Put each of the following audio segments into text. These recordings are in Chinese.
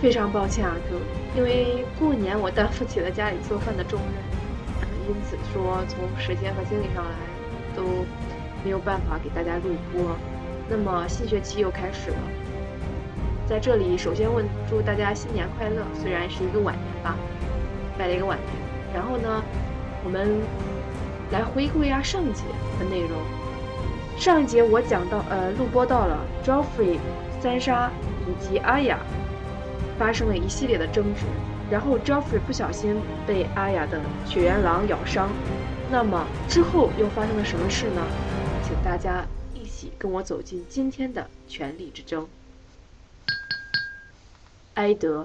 非常抱歉啊，哥，因为过年我担负起了家里做饭的重任，因此说从时间和精力上来都没有办法给大家录播。那么新学期又开始了，在这里首先祝大家新年快乐，虽然是一个晚年吧，拜了一个晚年。然后呢，我们来回顾一下上一节的内容。上一节我讲到录播到了 Joffrey、三莎以及阿雅发生了一系列的争执，然后 Joffrey 不小心被阿雅的雪原狼咬伤。那么之后又发生了什么事呢？请大家一起跟我走进今天的权力之争。埃德，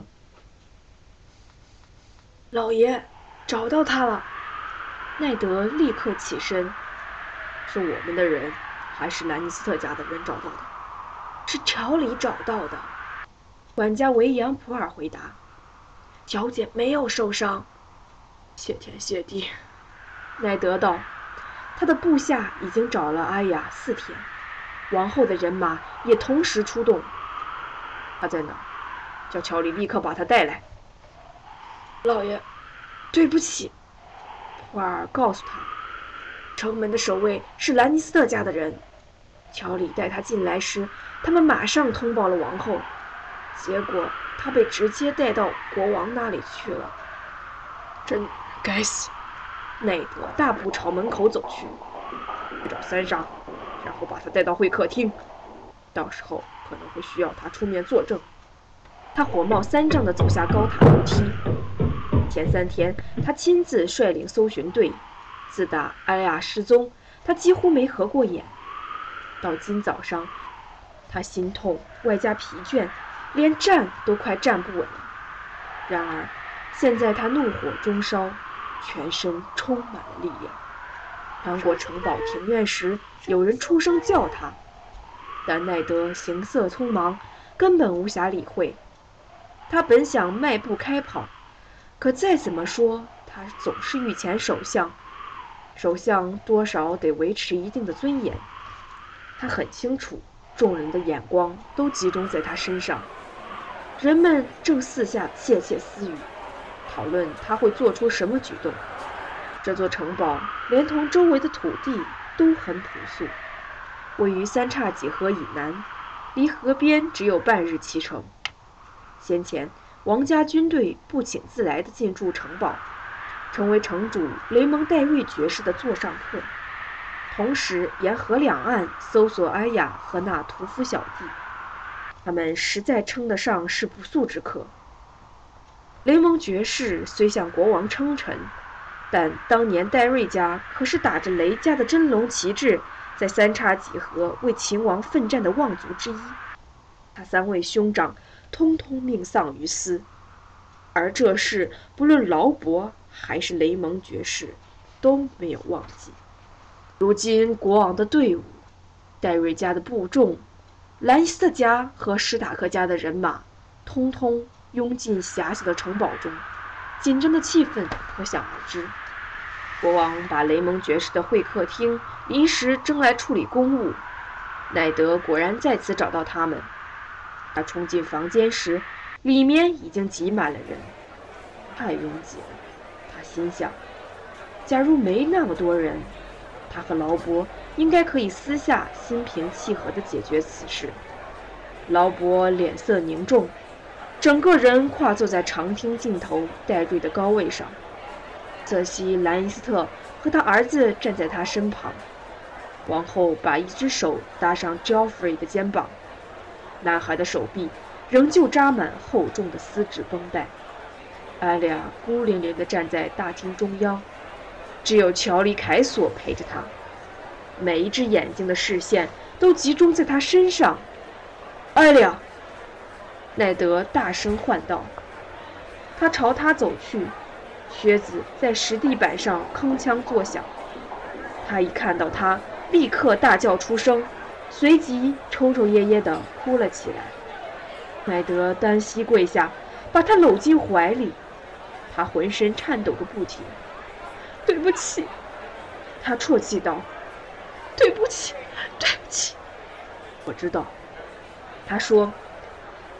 老爷，找到他了。奈德立刻起身，是我们的人，还是兰尼斯特家的人找到的？是乔里找到的。管家维扬普尔回答：“小姐没有受伤。”谢天谢地，奈德道。他的部下已经找了阿雅4天，王后的人马也同时出动。他在哪？叫乔里立刻把他带来。老爷，对不起。普尔告诉他，城门的守卫是兰尼斯特家的人。乔里带他进来时，他们马上通报了王后，结果他被直接带到国王那里去了。真该死！奈德大步朝门口走去找三莎，然后把他带到会客厅，到时候可能会需要他出面作证。他火冒三丈地走下高塔楼梯。前3天，他亲自率领搜寻队。自打阿雅失踪，他几乎没合过眼。到今早上，他心痛外加疲倦，连站都快站不稳了。然而，现在他怒火中烧，全身充满了力量。穿过城堡庭院时，有人出声叫他，但奈德行色匆忙，根本无暇理会。他本想迈步开跑，可再怎么说，他总是御前首相，首相多少得维持一定的尊严。他很清楚，众人的眼光都集中在他身上，人们正四下窃窃私语，讨论他会做出什么举动。这座城堡连同周围的土地都很朴素，位于三叉戟河以南，离河边只有半日骑程。先前王家军队不请自来地进驻城堡，成为城主雷蒙戴瑞爵士的座上客，同时沿河两岸搜索阿雅和那屠夫小弟，他们实在称得上是不速之客。雷蒙爵士虽向国王称臣，但当年戴瑞家可是打着雷家的真龙旗帜，在三叉戟河为秦王奋战的望族之一。他3位兄长通通命丧于斯，而这事不论劳勃还是雷蒙爵士都没有忘记。如今国王的队伍，戴瑞家的部众，兰尼斯特家和史塔克家的人马，通通拥进狭小的城堡中，紧张的气氛可想而知。国王把雷蒙爵士的会客厅临时征来处理公务，奈德果然在此找到他们。他冲进房间时，里面已经挤满了人，太拥挤了。他心想，假如没那么多人，他和劳勃应该可以私下心平气和地解决此事。劳勃脸色凝重，整个人跨坐在长厅尽头戴瑞的高位上。瑟西·兰尼斯特和他儿子站在他身旁。王后把一只手搭上 Joffrey 的肩膀，男孩的手臂仍旧扎满厚重的丝质绷带。艾莉亚孤零零地站在大厅中央，只有乔里·凯索陪着他，每一只眼睛的视线都集中在他身上。艾莉亚，奈德大声唤道。他朝他走去，靴子在石地板上铿锵作响。他一看到他，立刻大叫出声，随即抽抽噎噎地哭了起来。奈德单膝跪下，把他搂进怀里，他浑身颤抖个不停。对不起，他啜泣道，对不起，对不起。我知道，他说，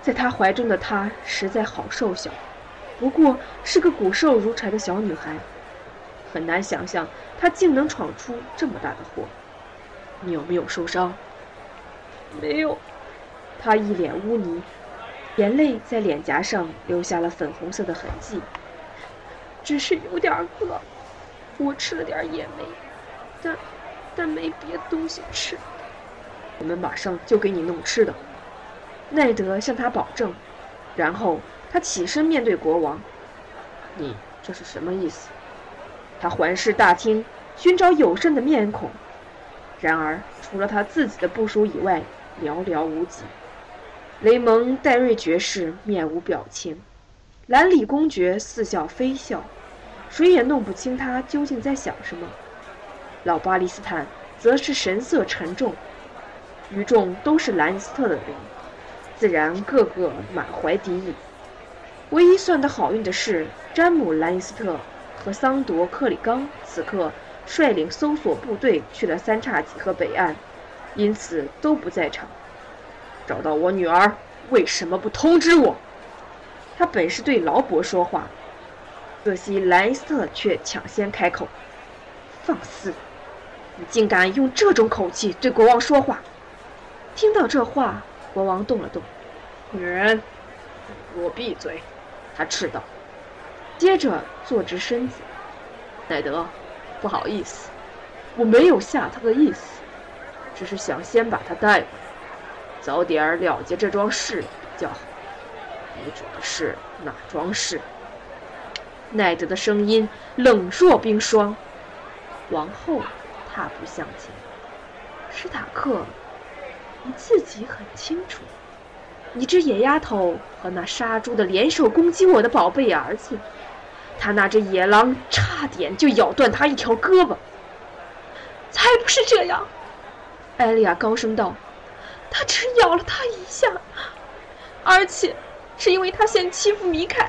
在他怀中的她实在好瘦小，不过是个骨瘦如柴的小女孩，很难想象她竟能闯出这么大的祸。你有没有受伤？ 没有。 她一脸污泥，眼泪在脸颊上留下了粉红色的痕迹。 只是有点饿，我吃了点野莓，但没别的东西吃。 我们马上就给你弄吃的。奈德向他保证，然后他起身面对国王。你这是什么意思？他环视大厅，寻找友善的面孔，然而除了他自己的部属以外，寥寥无几。雷蒙戴瑞爵士面无表情，兰里公爵似笑非笑，谁也弄不清他究竟在想什么。老巴利斯坦则是神色沉重，余众都是兰尼斯特的人，自然个个满怀敌意。唯一算得好运的是，詹姆·兰尼斯特和桑夺·克里冈此刻率领搜索部队去了三叉戟河北岸，因此都不在场。找到我女儿，为什么不通知我？他本是对劳勃说话，可惜兰尼斯特却抢先开口：放肆！你竟敢用这种口气对国王说话！听到这话，国王动了动。 女人，给我闭嘴！他斥道， 接着坐直身子。 奈德，不好意思， 我没有吓他的意思，只是想先把他带回来，早点了结这桩事比较好。你指的是哪桩事？奈德的声音冷若冰霜。王后踏步向前。史塔克，你自己很清楚，你这野丫头和那杀猪的联手攻击我的宝贝儿子，他那只野狼差点就咬断他一条胳膊。 才不是这样！ 艾莉亚高声道， 他只咬了他一下，而且是因为他先欺负米凯。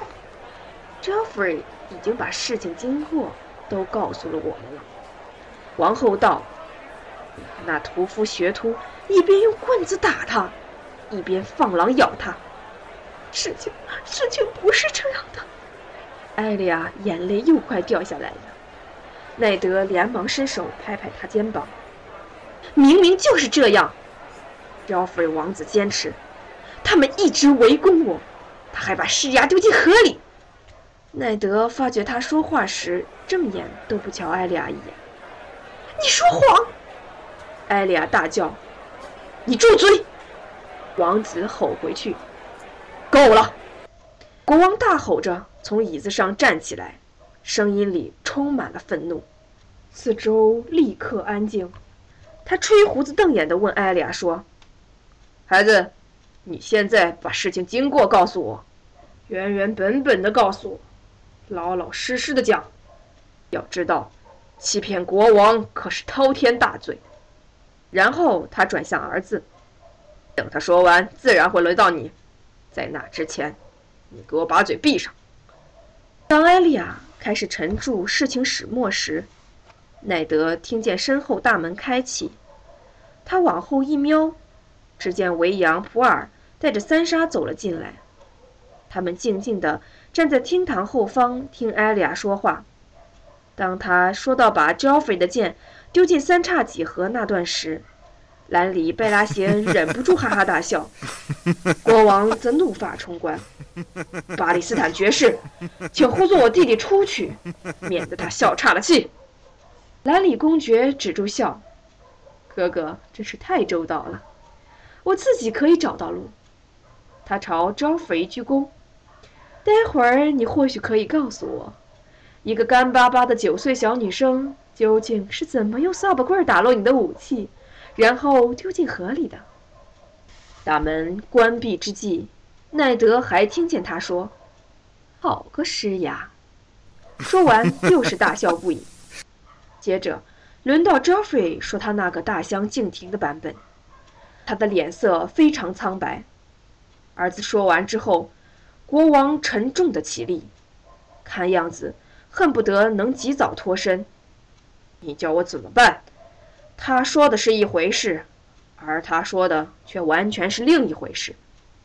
Geoffrey 已经把事情经过都告诉了我们了。王后道，那屠夫学徒一边用棍子打他，一边放狼咬他。 事情不是这样的。 艾莉亚眼泪又快掉下来了。奈德连忙伸手拍拍他肩膀，明明就是这样。Geoffrey 王子坚持，他们一直围攻我，他还把狮牙丢进河里。奈德发觉他说话时正眼都不瞧艾莉亚一眼。 你说谎！ 艾莉亚大叫。你住嘴！王子吼回去。够了！国王大吼着从椅子上站起来，声音里充满了愤怒。四周立刻安静。他吹胡子瞪眼地问艾莉亚说，孩子，你现在把事情经过告诉我，原原本本地告诉我，老老实实地讲。要知道，欺骗国王可是滔天大罪。然后他转向儿子，等他说完，自然会轮到你。在那之前，你给我把嘴闭上。当艾莉亚开始陈述事情始末时，奈德听见身后大门开启，他往后一瞄，只见维扬·普尔带着三莎走了进来。他们静静地站在厅堂后方听艾莉亚说话。当他说到把 Geoffrey 的剑丢进三叉戟河那段时，兰里·贝拉席恩忍不住哈哈大笑，国王则怒发冲冠。巴里斯坦爵士，请护送我弟弟出去，免得他笑岔了气。兰里公爵止住笑，哥哥真是太周到了，我自己可以找到路。他朝 Geoffrey 鞠躬，待会儿你或许可以告诉我，一个干巴巴的9岁小女生究竟是怎么用扫把棍打落你的武器，然后丢进河里的。大门关闭之际，奈德还听见他说，好个狮牙。说完又是大笑不已。接着轮到 Geoffrey 说他那个大相径庭的版本，他的脸色非常苍白。儿子说完之后，国王沉重地起立，看样子恨不得能及早脱身。你叫我怎么办？他说的是一回事，而他说的却完全是另一回事。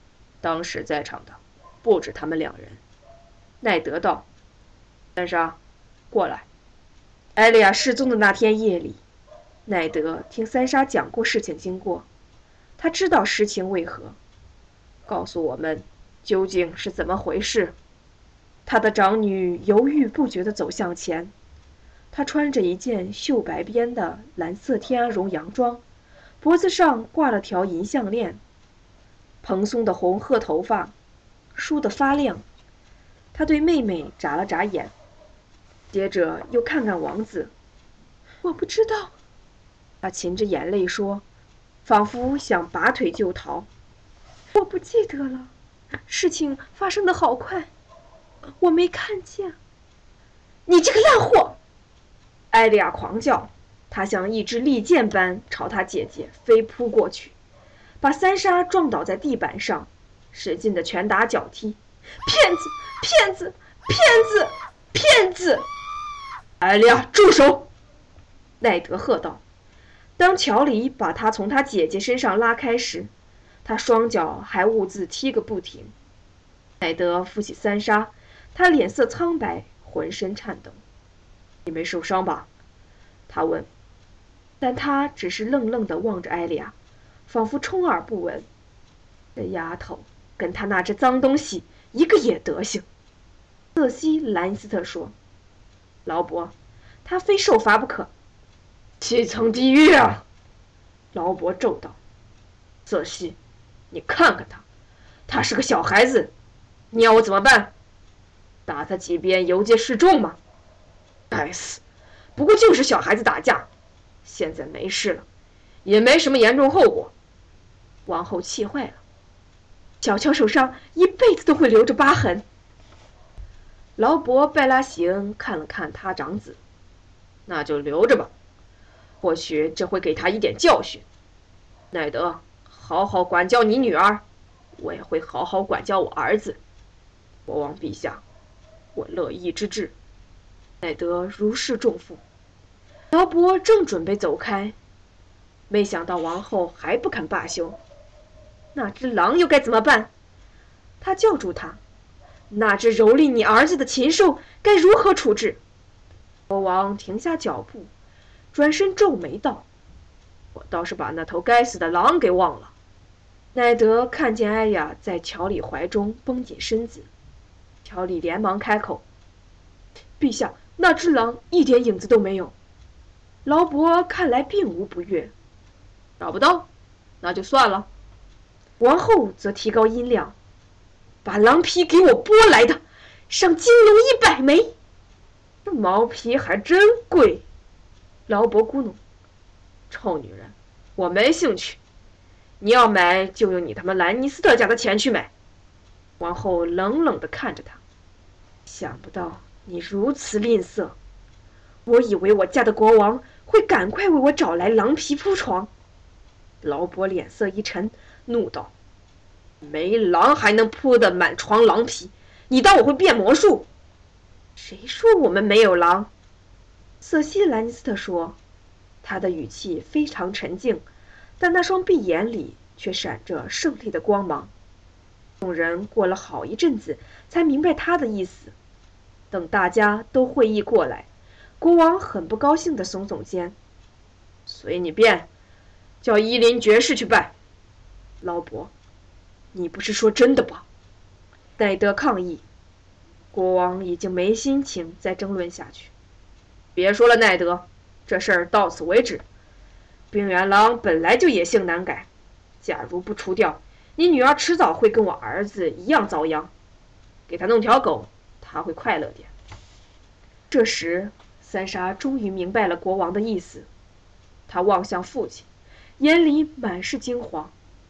当时在场的不止他们2人。奈德道：“三莎，过来。”艾莉亚失踪的那天夜里，奈德听三莎讲过事情经过，他知道实情为何，告诉我们究竟是怎么回事。他的长女犹豫不决地走向前，她穿着一件绣白边的蓝色天鹅绒洋装，脖子上挂了条银项链，蓬松的红褐头发梳得发亮。他对妹妹眨了眨眼，接着又看看王子。 我不知道， 他噙着眼泪说，仿佛想拔腿就逃。 我不记得了，事情发生得好快，我没看见。 你这个烂货！艾莉亚狂叫，她像一支利箭般朝她姐姐飞扑过去，把三莎撞倒在地板上，使劲的拳打脚踢。骗子！骗子！骗子！骗子！艾莉亚，住手！奈德喝道。当乔里把他从他姐姐身上拉开时，他双脚还兀自踢个不停。奈德扶起三莎，他脸色苍白，浑身颤抖。你没受伤吧？他问。但他只是愣愣地望着艾莉亚，仿佛充耳不闻。这丫头跟他那只脏东西一个野德行。瑟西·兰尼斯特说：“劳勃，他非受罚不可。”7层地狱啊！劳勃咒道。瑟西，你看看他，他是个小孩子，你要我怎么办？打他几鞭游街示众吗？该死，不过就是小孩子打架，现在没事了，也没什么严重后果。王后气坏了，小乔手上一辈子都会留着疤痕。劳勃·拜拉席恩看了看他长子，那就留着吧，或许这会给他一点教训。奈德，好好管教你女儿，我也会好好管教我儿子。国王陛下，我乐意之至。奈德如释重负。劳勃正准备走开，没想到王后还不肯罢休。那只狼又该怎么办？他叫住他。那只蹂躏你儿子的禽兽该如何处置？国王停下脚步，转身皱眉道：“我倒是把那头该死的狼给忘了。”奈德看见艾雅在乔里怀中绷紧身子，乔里连忙开口：“陛下，那只狼一点影子都没有。”劳勃看来并无不悦。“找不到，那就算了。”王后则提高音量：“把狼皮给我剥来的，上金龙100枚。这毛皮还真贵。”劳勃咕哝：“臭女人，我没兴趣。你要买就用你他妈兰尼斯特家的钱去买。”王后冷冷地看着他：“想不到你如此吝啬。我以为我家的国王会赶快为我找来狼皮铺床。”劳勃脸色一沉，怒道：“没狼还能铺得满床狼皮？你当我会变魔术？”“谁说我们没有狼？”瑟西·兰尼斯特说，他的语气非常沉静，但那双碧眼里却闪着胜利的光芒。众人过了好一阵子才明白他的意思。等大家都会意过来，国王很不高兴地耸耸肩：“随你便，叫伊林爵士去拜。”“劳勃，你不是说真的吧？”奈德抗议。国王已经没心情再争论下去。“别说了，奈德，这事儿到此为止。冰原狼本来就野性难改，假如不除掉，你女儿迟早会跟我儿子一样遭殃。给他弄条狗，他会快乐点。”这时三莎终于明白了国王的意思，他望向父亲，眼里满是惊慌。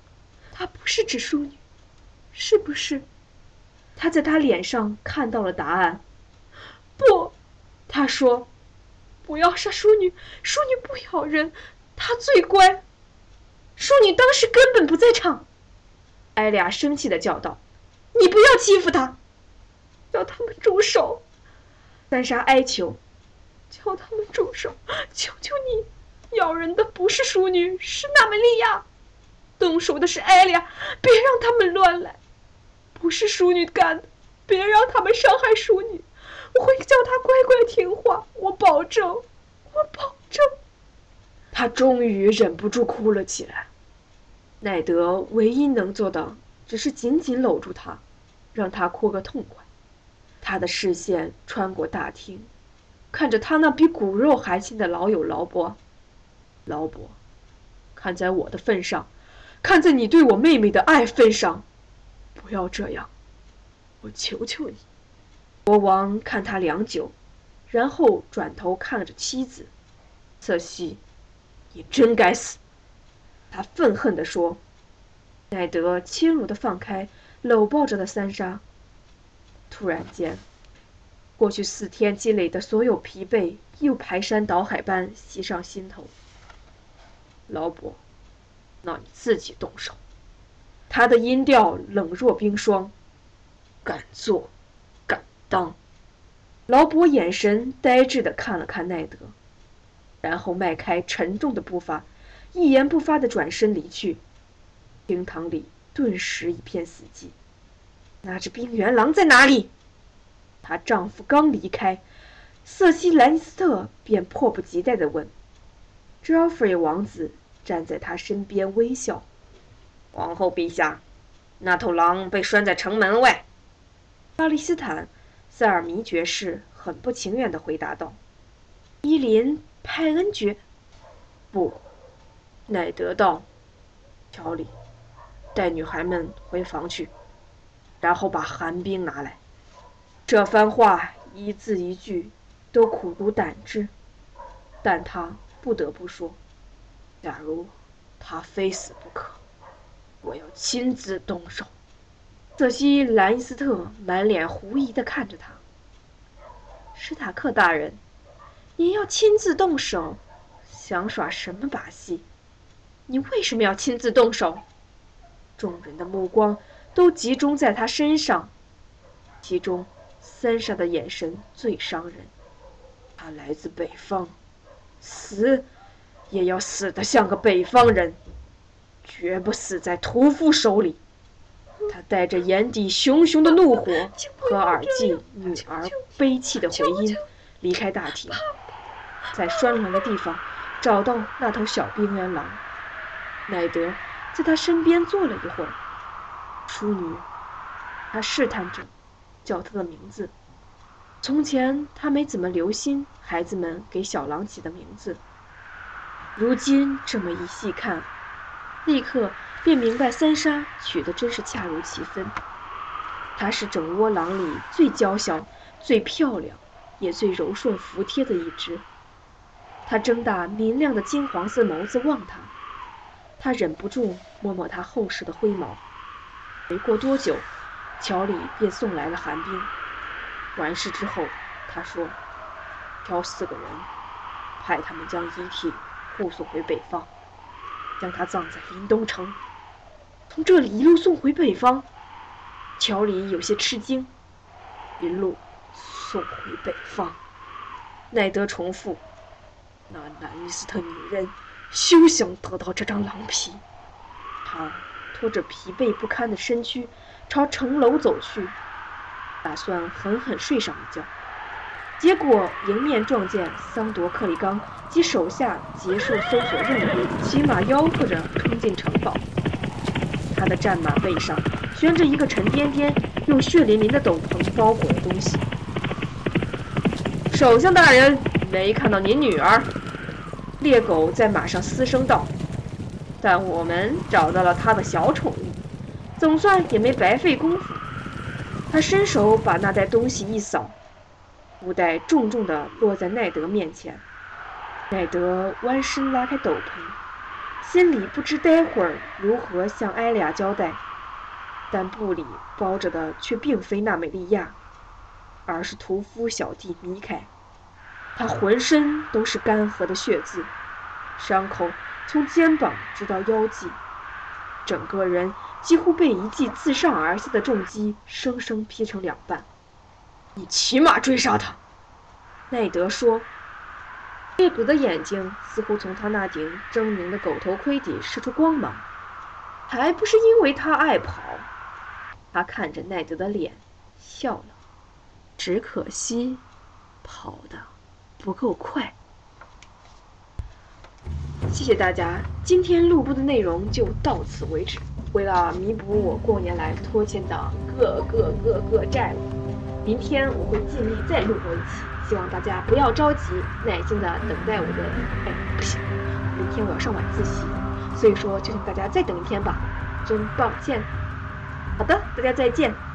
“她不是指淑女，是不是？” 他在他脸上看到了答案。 “不，”他说，“不要杀淑女，淑女不咬人，她最乖。淑女当时根本不在场。” 艾莉亚生气地叫道：“你不要欺负她！ 叫他们住手！” 三莎哀求：“ 叫他们住手！求求你，咬人的不是淑女，是娜美利亚，动手的是艾莉亚，别让他们乱来。 不是淑女干的，别让他们伤害淑女，我会叫她乖乖听话，我保证，我保证。” 他终于忍不住哭了起来。奈德唯一能做的只是紧紧搂住他，让他哭个痛快。他的视线穿过大厅，看着他那比骨肉还亲的老友劳勃。劳勃，看在我的份上，看在你对我妹妹的爱份上，不要这样，我求求你。国王看他良久，然后转头看着妻子。瑟西，你真该死！他愤恨地说。奈德轻柔地放开搂抱着的三莎。突然间，过去4天积累的所有疲惫又排山倒海般袭上心头。劳勃，那你自己动手。他的音调冷若冰霜。敢做敢当。劳勃眼神呆滞地看了看奈德，然后迈开沉重的步伐，一言不发地转身离去。厅堂里顿时一片死寂。那只冰原狼在哪里？她丈夫刚离开，瑟西·兰尼斯特便迫不及待地问。Joffrey 王子站在他身边微笑。皇后陛下，那头狼被拴在城门外。巴利斯坦·塞尔弥爵士很不情愿地回答道。伊林·派恩爵。不，奈德道。乔里，带女孩们回房去，然后把寒冰拿来。这番话一字一句都苦如胆汁，但他不得不说，假如他非死不可，我要亲自动手。瑟西·兰尼斯特满脸狐疑地看着他。史塔克大人，您要亲自动手，想耍什么把戏？你为什么要亲自动手？众人的目光都集中在他身上，其中三莎的眼神最伤人。他来自北方，死也要死得像个北方人，绝不死在屠夫手里。他带着眼底熊熊的怒火和耳际女儿悲泣的回音离开大厅，在酸软的地方找到那头小冰原狼。奈德在他身边坐了一会儿。淑女，他试探着叫她的名字。从前他没怎么留心孩子们给小狼起的名字，如今这么一细看，立刻便明白三莎取的真是恰如其分。她是整窝狼里最娇小、最漂亮，也最柔顺服帖的一只。她睁大明亮的金黄色眸子望他，他忍不住摸摸她厚实的灰毛。没过多久，乔里便送来了寒冰。完事之后，他说：“挑4个人，派他们将遗体护送回北方，将他葬在临东城。从这里一路送回北方。”乔里有些吃惊。一路送回北方。奈德重复：“那兰尼斯特女人休想得到这张狼皮。”他拖着疲惫不堪的身躯朝城楼走去，打算狠狠睡上一觉。结果迎面撞见桑夺克里冈及手下结束搜索任务，骑马吆喝着冲进城堡。他的战马背上悬着一个沉甸甸用血淋淋的斗篷包裹的东西。首相大人，没看到您女儿。猎狗在马上嘶声道。但我们找到了他的小宠物，总算也没白费功夫。他伸手把那袋东西一扫，布袋重重地落在奈德面前。奈德弯身拉开斗篷，心里不知待会儿如何向艾莉亚交代，但布里包着的却并非娜美利亚，而是屠夫小弟米凯。他浑身都是干涸的血渍，伤口从肩膀直到腰际，整个人几乎被一记自上而下的重击生生劈成2半。你骑马追杀他，奈德说。猎狗的眼睛似乎从他那顶狰狞的狗头盔底射出光芒，还不是因为他爱跑。 他看着奈德的脸笑了，只可惜跑得不够快。谢谢大家，今天录播的内容就到此为止。为了弥补我过年来拖欠的各债务，明天我会尽力再录播一期，希望大家不要着急，耐心的等待我的。不行，明天我要上晚自习，所以说就请大家再等一天吧，真抱歉。好的，大家再见。